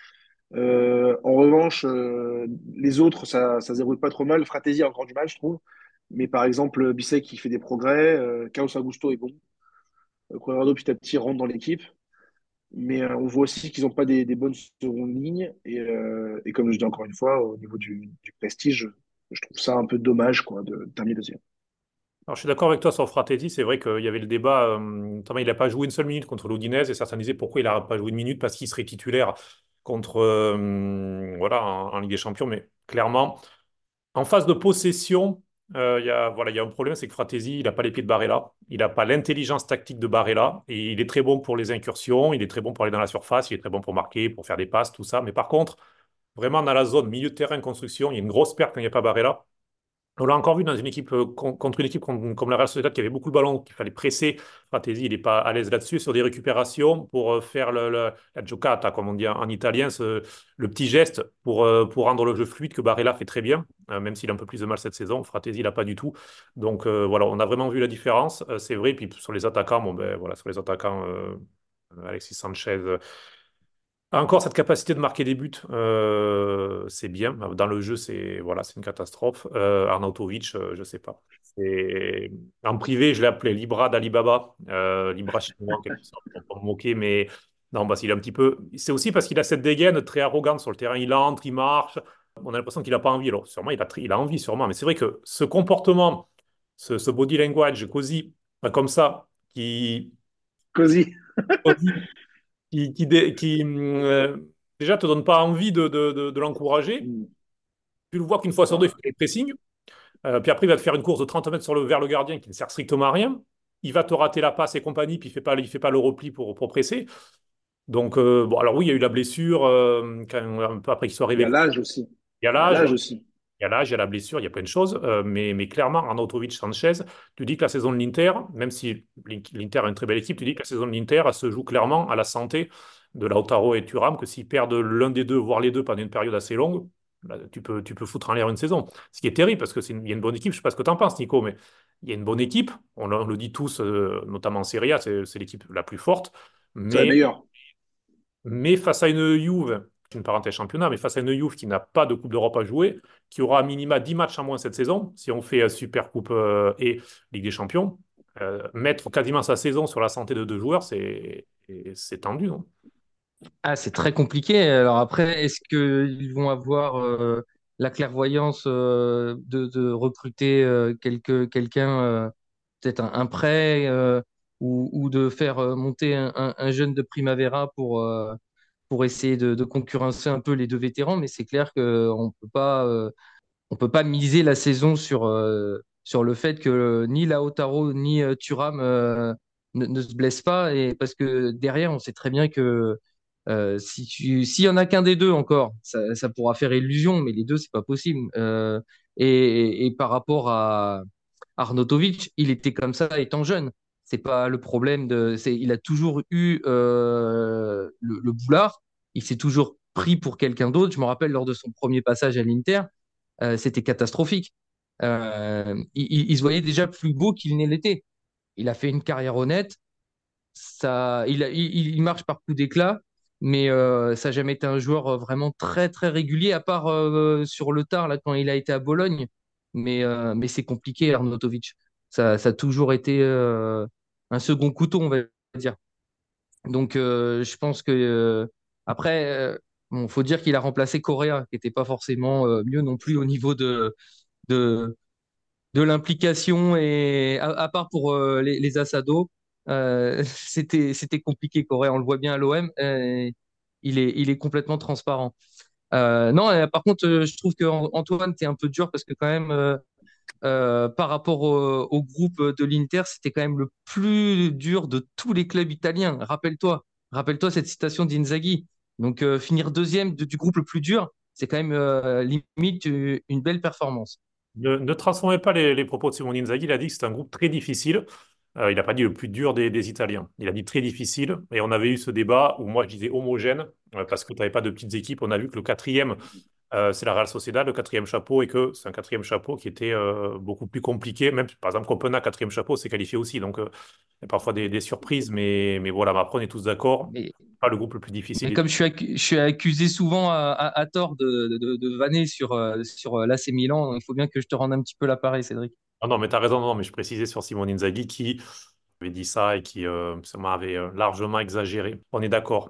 En revanche, les autres, ça se déroule pas trop mal. Fratesi a encore du mal, je trouve. Mais par exemple, Bissek qui fait des progrès, Carlos Augusto est bon. Cuadrado petit à petit rentre dans l'équipe. Mais on voit aussi qu'ils n'ont pas des bonnes secondes lignes. Et comme je dis encore une fois, au niveau du prestige, je trouve ça un peu dommage quoi, de terminer deuxième. Alors, je suis d'accord avec toi sur Fratesi. C'est vrai qu'il y avait le débat. Notamment, il n'a pas joué une seule minute contre l'Udinese et certains disaient pourquoi il n'a pas joué une minute parce qu'il serait titulaire contre voilà, en Ligue des Champions. Mais clairement, en phase de possession, voilà, il y a un problème, c'est que Fratesi, il n'a pas les pieds de Barella. Il n'a pas l'intelligence tactique de Barella. Et il est très bon pour les incursions, il est très bon pour aller dans la surface, il est très bon pour marquer, pour faire des passes, tout ça. Mais par contre, vraiment dans la zone milieu de terrain, construction, il y a une grosse perte quand il n'y a pas Barella. On l'a encore vu dans une équipe contre une équipe comme la Real Sociedad qui avait beaucoup de ballons, qu'il fallait presser. Fratesi, il n'est pas à l'aise là-dessus sur des récupérations pour faire la giocata, comme on dit en italien, le petit geste pour rendre le jeu fluide que Barella fait très bien, même s'il a un peu plus de mal cette saison. Fratesi, il n'a pas du tout. Donc voilà, on a vraiment vu la différence. C'est vrai. Puis sur les attaquants, bon ben voilà, sur les attaquants, Alexis Sanchez. Encore cette capacité de marquer des buts, c'est bien. Dans le jeu, c'est voilà, c'est une catastrophe. Arnautovic, je sais pas. En privé, je l'ai appelé Libra d'Alibaba, Libra chinois, en quelque sorte, pour me moquer, mais non, parce qu'il est un petit peu. C'est aussi parce qu'il a cette dégaine très arrogante sur le terrain. Il entre, il marche. On a l'impression qu'il n'a pas envie. Alors, sûrement, il a envie, sûrement. Mais c'est vrai que ce comportement, ce body language cosy, comme ça, Cosy. déjà te donne pas envie de l'encourager. Tu le vois qu'une fois sur deux, il fait des pressings. Puis après, il va te faire une course de 30 mètres vers le gardien qui ne sert strictement à rien. Il va te rater la passe et compagnie, puis il fait pas le repli pour presser. Donc, bon, alors oui, il y a eu la blessure un peu après qu'il soit Il y a arrivé. l'âge aussi. Il y a Il y a l'âge, l'âge aussi. y a l'âge, il y a la blessure, il y a plein de choses. Mais clairement, Arnautovic, Sanchez, tu dis que la saison de l'Inter, même si l'Inter a une très belle équipe, tu dis que la saison de l'Inter, elle se joue clairement à la santé de Lautaro et Thuram, que s'ils perdent l'un des deux, voire les deux pendant une période assez longue, là, tu peux foutre en l'air une saison. Ce qui est terrible, parce qu'il y a une bonne équipe. Je ne sais pas ce que tu en penses, Nico, mais il y a une bonne équipe. On le dit tous, notamment en Serie A, c'est l'équipe la plus forte. C'est la Mais meilleure. mais face à une Juve, c'est une parenthèse championnat, mais face à une Juve qui n'a pas de Coupe d'Europe à jouer, qui aura à minima 10 matchs en moins cette saison, si on fait Super Coupe et Ligue des Champions, mettre quasiment sa saison sur la santé de deux joueurs, c'est tendu, non? Ah, c'est très compliqué. Alors après, est-ce qu'ils vont avoir la clairvoyance de recruter quelqu'un, peut-être un prêt, ou de faire monter un jeune de Primavera pour essayer de concurrencer un peu les deux vétérans, mais c'est clair on peut pas miser la saison sur le fait que ni Lautaro ni Thuram ne se blessent pas, et parce que derrière, on sait très bien que s'il y en a qu'un des deux encore, ça pourra faire illusion, mais les deux, c'est pas possible. Et par rapport à Arnautovic, il était comme ça étant jeune. C'est pas le problème il a toujours eu le boulard. Il s'est toujours pris pour quelqu'un d'autre. Je me rappelle lors de son premier passage à l'Inter, c'était catastrophique. Il se voyait déjà plus beau qu'il ne l'était. Il a fait une carrière honnête. Il marche par coups d'éclat, mais ça n'a jamais été un joueur vraiment très très régulier, à part sur le tard là quand il a été à Bologne. Mais c'est compliqué, Arnautovic. Ça a toujours été un second couteau, on va dire. Donc je pense que après, bon, faut dire qu'il a remplacé Correa, qui n'était pas forcément mieux non plus au niveau de, de l'implication, et à part pour les Asado, c'était compliqué. Corée, on le voit bien à l'OM, il est complètement transparent. Non, par contre, je trouve que Antoine, t'es un peu dur parce que quand même, par rapport au groupe de l'Inter, c'était quand même le plus dur de tous les clubs italiens. Rappelle-toi cette citation d'Inzaghi. Donc, finir deuxième du groupe le plus dur, c'est quand même limite une belle performance. Ne transformez pas les propos de Simone Inzaghi. Il a dit que c'est un groupe très difficile. Il n'a pas dit le plus dur des Italiens. Il a dit très difficile. Et on avait eu ce débat où moi je disais homogène, parce que tu n'avais pas de petites équipes. On a vu que le quatrième, c'est la Real Sociedad, le quatrième chapeau, et que c'est un quatrième chapeau qui était beaucoup plus compliqué. Même, par exemple, Copenhague, quatrième chapeau, s'est qualifié aussi. Donc, il y a parfois des surprises, mais voilà, mais après, on est tous d'accord. Pas le groupe le plus difficile. Mais comme je suis accusé souvent à tort de vanner sur l'AC Milan, il faut bien que je te rende un petit peu l'appareil, Cédric. Ah non, mais tu as raison, non, mais je précisais sur Simone Inzaghi qui avait dit ça et qui ça m'avait largement exagéré. On est d'accord.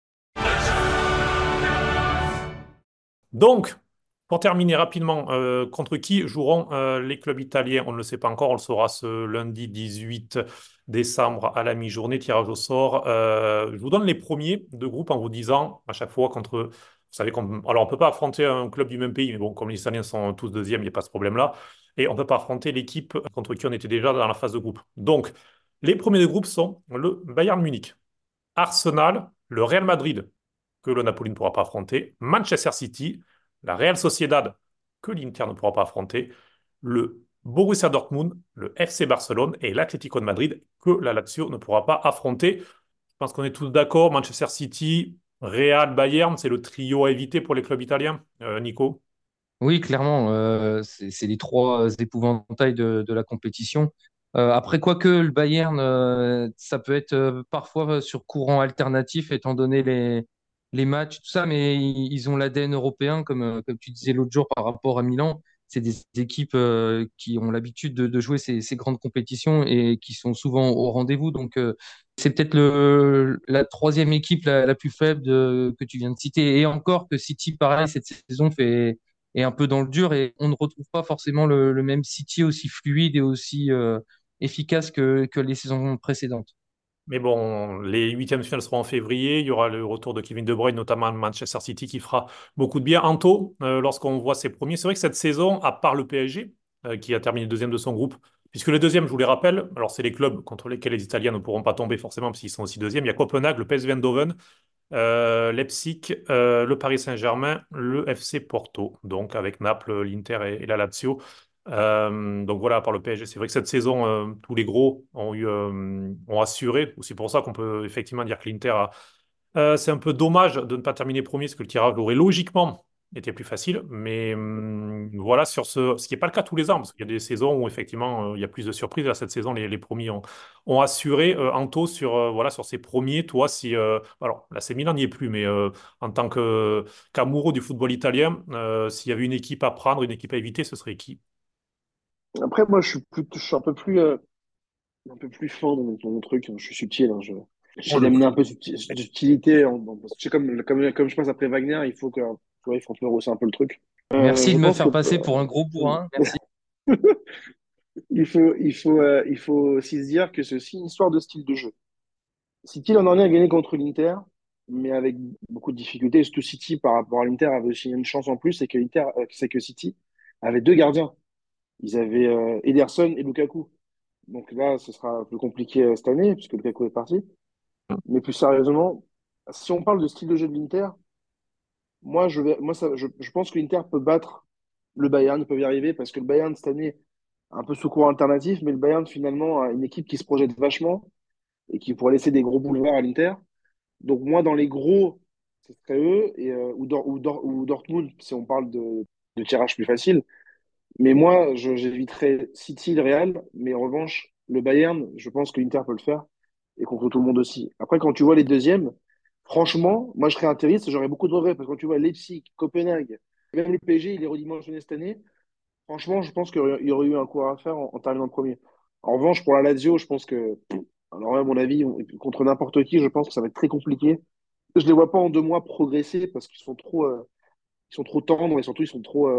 Donc, pour terminer rapidement, contre qui joueront les clubs italiens? On ne le sait pas encore, on le saura ce lundi 18 décembre à la mi-journée, tirage au sort. Je vous donne les premiers de groupe en vous disant à chaque fois contre. Vous savez alors, on ne peut pas affronter un club du même pays, mais bon, comme les Italiens sont tous deuxièmes, il n'y a pas ce problème-là. Et on ne peut pas affronter l'équipe contre qui on était déjà dans la phase de groupe. Donc, les premiers de groupe sont le Bayern Munich, Arsenal, le Real Madrid, que le Napoli ne pourra pas affronter, Manchester City, la Real Sociedad, que l'Inter ne pourra pas affronter, le Borussia Dortmund, le FC Barcelone et l'Atlético de Madrid, que la Lazio ne pourra pas affronter. Je pense qu'on est tous d'accord, Manchester City, Real, Bayern, c'est le trio à éviter pour les clubs italiens. Nico? Oui, clairement, c'est les trois épouvantails de la compétition. Après, quoique le Bayern, ça peut être parfois sur courant alternatif, étant donné les matchs, tout ça, mais ils ont l'ADN européen, comme tu disais l'autre jour par rapport à Milan. C'est des équipes qui ont l'habitude de jouer ces grandes compétitions et qui sont souvent au rendez-vous. Donc, c'est peut-être la troisième équipe la plus faible que tu viens de citer. Et encore que City, pareil, cette saison est un peu dans le dur, et on ne retrouve pas forcément le même City aussi fluide et aussi efficace que les saisons précédentes. Mais bon, les huitièmes de finale seront en février. Il y aura le retour de Kevin De Bruyne, notamment à Manchester City, qui fera beaucoup de bien. Anto, lorsqu'on voit ses premiers, c'est vrai que cette saison, à part le PSG, qui a terminé deuxième de son groupe, puisque les deuxièmes, je vous les rappelle, alors c'est les clubs contre lesquels les Italiens ne pourront pas tomber forcément, parce qu'ils sont aussi deuxièmes. Il y a Copenhague, le PSV Eindhoven, Leipzig, le Paris Saint-Germain, le FC Porto, donc avec Naples, l'Inter et la Lazio. Donc voilà, par le PSG, c'est vrai que cette saison, tous les gros ont assuré. C'est pour ça qu'on peut effectivement dire que l'Inter c'est un peu dommage de ne pas terminer premier, parce que le tirage aurait logiquement été plus facile. Mais voilà, ce qui n'est pas le cas tous les ans, parce qu'il y a des saisons où effectivement il y a plus de surprises. Là, cette saison, les premiers ont assuré. Anto, voilà, sur ces premiers, toi, si. Alors, là, c'est Milan n'y est plus, mais en tant qu'amoureux du football italien, s'il y avait une équipe à prendre, une équipe à éviter, ce serait qui? Après, moi, je suis un peu plus fin dans mon truc, hein. Je suis subtil, hein. On J'essaie le d'amener un peu d'utilité. Parce que comme je passe après Wagner, tu vois, il faut un peu rehausser un peu le truc. Merci Je de me pense que faire passer pour un gros bourrin. Merci. il faut aussi se dire que c'est aussi une histoire de style de jeu. City l'an dernier a gagné contre l'Inter, mais avec beaucoup de difficultés. Et surtout City, par rapport à l'Inter, avait aussi une chance en plus, c'est que City avait deux gardiens. Ils avaient Ederson et Lukaku. Donc là, ce sera plus compliqué cette année, puisque Lukaku est parti. Mais plus sérieusement, si on parle de style de jeu de l'Inter, je pense que l'Inter peut battre le Bayern, ils peuvent y arriver, parce que le Bayern, cette année, a un peu sous courant alternatif, mais le Bayern, finalement, a une équipe qui se projette vachement et qui pourrait laisser des gros boulevards à l'Inter. Donc moi, dans les gros, ce serait eux, ou Dortmund, si on parle de tirage plus facile. Mais moi, j'éviterais City, le Real, mais en revanche, le Bayern, je pense que l'Inter peut le faire, et contre tout le monde aussi. Après, quand tu vois les deuxièmes, franchement, moi, je serais interiste, j'aurais beaucoup de regrets, parce que quand tu vois Leipzig, Copenhague, même le PSG, il est redimensionné cette année. Franchement, je pense qu'il y aurait eu un coup à faire en terminant premier. En revanche, pour la Lazio, je pense que, alors, à mon avis, contre n'importe qui, je pense que ça va être très compliqué. Je les vois pas en 2 mois progresser parce ils sont trop tendres et surtout ils sont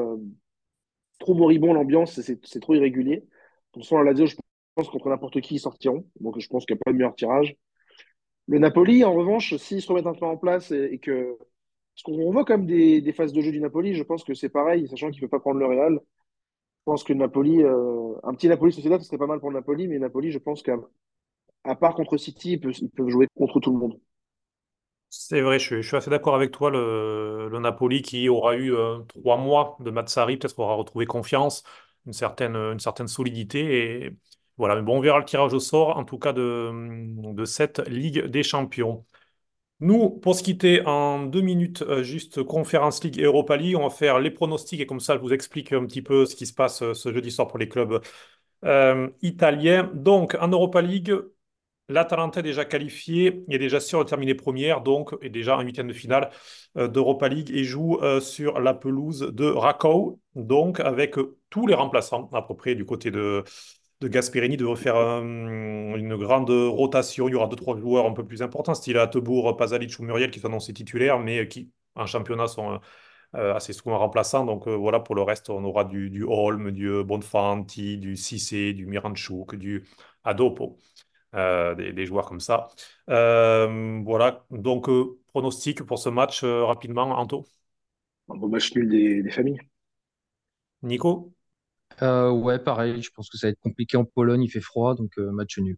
trop moribonds. L'ambiance, c'est trop irrégulier. Pour ça, la Lazio, je pense que contre n'importe qui, ils sortiront. Donc, je pense qu'il n'y a pas de meilleur tirage. Le Napoli, en revanche, s'ils se remettent un peu en place et que. Parce qu'on voit quand même des phases de jeu du Napoli, je pense que c'est pareil, sachant qu'il ne peut pas prendre le Real. Je pense que Napoli, un petit Napoli Sociedad, ce serait pas mal pour le Napoli, mais Napoli, je pense qu'à à part contre City, ils peuvent jouer contre tout le monde. C'est vrai, je suis assez d'accord avec toi. Le Napoli qui aura eu 3 mois de Matsari, peut-être aura retrouvé confiance, une certaine solidité. Et voilà, mais bon, on verra le tirage au sort, en tout cas de cette Ligue des Champions. Nous, pour se quitter en 2 minutes, juste Conference League et Europa League, on va faire les pronostics et comme ça, je vous explique un petit peu ce qui se passe ce jeudi soir pour les clubs italiens. Donc, en Europa League. L'Atalanta est déjà qualifiée, est déjà sûr de terminer première, donc est déjà en huitième de finale d'Europa League et joue sur la pelouse de Rakow, donc avec tous les remplaçants à peu près du côté de Gasperini, de refaire une grande rotation. Il y aura deux, trois joueurs un peu plus importants, style Attebourg, Pasalic ou Muriel qui sont annoncés titulaires, mais qui en championnat sont assez souvent remplaçants. Donc voilà, pour le reste, on aura du Holm, du Bonfanti, du Cissé, du Miranchuk, du Adopo des joueurs comme ça. Voilà, donc pronostic pour ce match rapidement, Anto. Un beau match nul des familles. Nico? Ouais, pareil, je pense que ça va être compliqué en Pologne, il fait froid, donc match nul.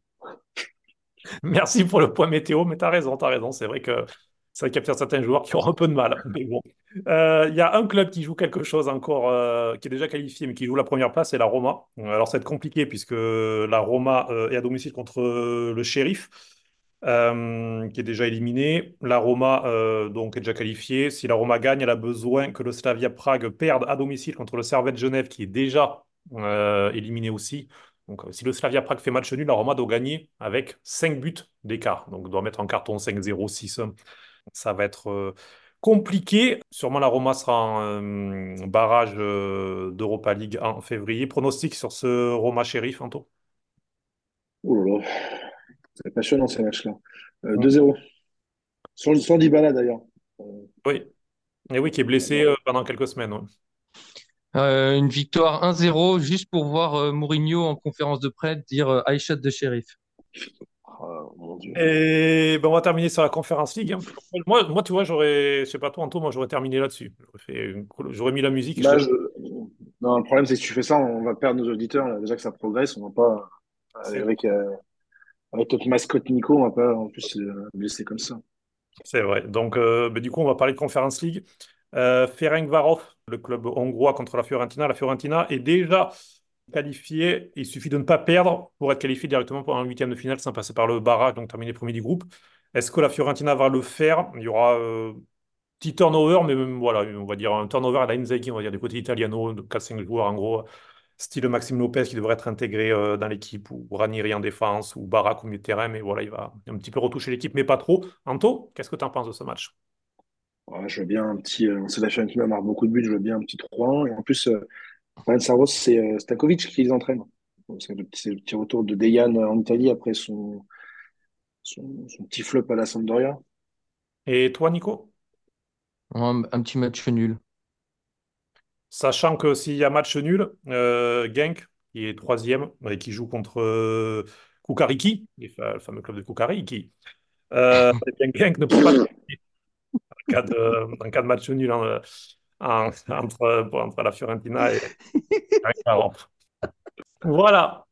Merci pour le point météo, mais t'as raison, c'est vrai qu'il y a peut-être certains joueurs qui auront un peu de mal, mais bon. Il y a un club qui joue quelque chose encore, qui est déjà qualifié, mais qui joue la première place, c'est la Roma. Alors ça va être compliqué puisque la Roma est à domicile contre le Sheriff, qui est déjà éliminé. La Roma donc est déjà qualifiée. Si la Roma gagne, elle a besoin que le Slavia Prague perde à domicile contre le Servette Genève, qui est déjà éliminé aussi. Donc, si le Slavia Prague fait match nul, la Roma doit gagner avec 5 buts d'écart. Donc, doit mettre en carton 5-0, 6-1. Ça va être compliqué. Sûrement, la Roma sera en barrage d'Europa League en février. Pronostic sur ce Roma Sheriff, Anto? Oh là là, c'est passionnant ces matchs-là. Mm. 2-0. Sans Dybala d'ailleurs. Euh, Oui. Et oui, qui est blessé bon. pendant quelques semaines. Ouais. Une victoire 1-0, juste pour voir Mourinho en conférence de presse dire I shot the sheriff. Oh, mon Dieu. Et ben, on va terminer sur la Conference League, hein. Moi, tu vois, je sais pas toi, Anto, moi, j'aurais terminé là-dessus. J'aurais mis la musique et je Bah, te. non, le problème, c'est que si tu fais ça, on va perdre nos auditeurs. Là. Déjà que ça progresse, on va pas. C'est Avec notre mascotte Nico, on va pas en plus le laisser comme ça. C'est vrai. Donc, du coup, on va parler de Conference League. Ferencváros, le club hongrois contre la Fiorentina. La Fiorentina est déjà qualifiée. Il suffit de ne pas perdre pour être qualifié directement pour un huitième de finale sans passer par le barrage, donc terminer premier du groupe. Est-ce que la Fiorentina va le faire? Il y aura petit turnover, mais voilà, on va dire un turnover à la Inzaghi, on va dire du côté italiano, de 4-5 joueurs en gros, style Maxime Lopez qui devrait être intégré dans l'équipe, ou Ranieri en défense, ou Barak au milieu de terrain, mais voilà, il va un petit peu retoucher l'équipe, mais pas trop. Anto, qu'est-ce que tu en penses de ce match? Ouais, je veux bien un petit. On sait la Fiorentina marque beaucoup de buts, je veux bien un petit 3-1. Et en plus, Ferencváros, c'est Stakovic qui les entraîne. Donc, c'est le petit retour de Dejan en Italie après son petit flop à la Sampdoria. Et toi, Nico? Un petit match nul. Sachant que s'il y a match nul, Genk, qui est troisième, et qui joue contre Kukariki, le fameux club de Kukariki, eh bien, Genk ne peut pas en cas de match nul entre la Fiorentina et Ferencváros. Voilà.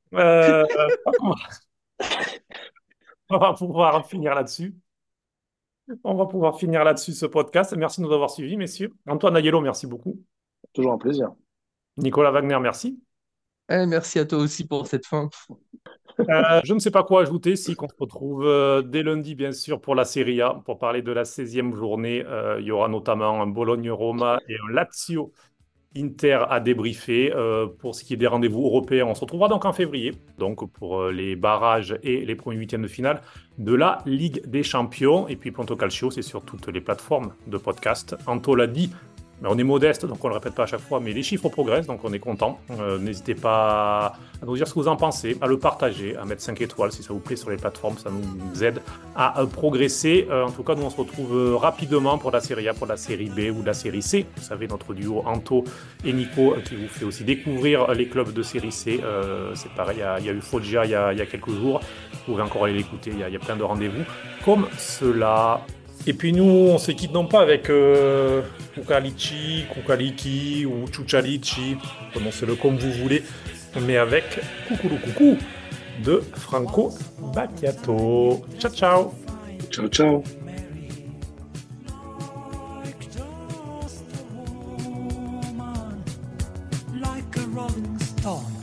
On va pouvoir finir là-dessus. On va pouvoir finir là-dessus ce podcast. Merci de nous avoir suivis, messieurs. Antoine Aiello, merci beaucoup. Toujours un plaisir. Nicolas Wagner, merci. Merci à toi aussi pour cette fin. Je ne sais pas quoi ajouter, si qu'on se retrouve dès lundi, bien sûr, pour la Serie A, pour parler de la 16e journée. Il y aura notamment un Bologne-Roma et un Lazio-Inter à débriefer. Pour ce qui est des rendez-vous européens, on se retrouvera donc en février, donc pour les barrages et les premiers huitièmes de finale de la Ligue des Champions. Et puis Ponto Calcio, c'est sur toutes les plateformes de podcast. Anto l'a dit, mais on est modeste, donc on ne le répète pas à chaque fois, mais les chiffres progressent, donc on est content. N'hésitez pas à nous dire ce que vous en pensez, à le partager, à mettre 5 étoiles si ça vous plaît sur les plateformes, ça nous aide à progresser. En tout cas, nous on se retrouve rapidement pour la série A, pour la série B ou la série C. Vous savez, notre duo Anto et Nico qui vous fait aussi découvrir les clubs de série C. C'est pareil, il y a eu Foggia il y a quelques jours. Vous pouvez encore aller l'écouter, il y a plein de rendez-vous comme cela. Et puis nous, on se quitte non pas avec Kukalici, Kukaliki ou Chuchalici, prononcez-le comme vous voulez, mais avec Coucoulou Coucou de Franco Battiato. Ciao ciao. Ciao, ciao. Like a rolling stone.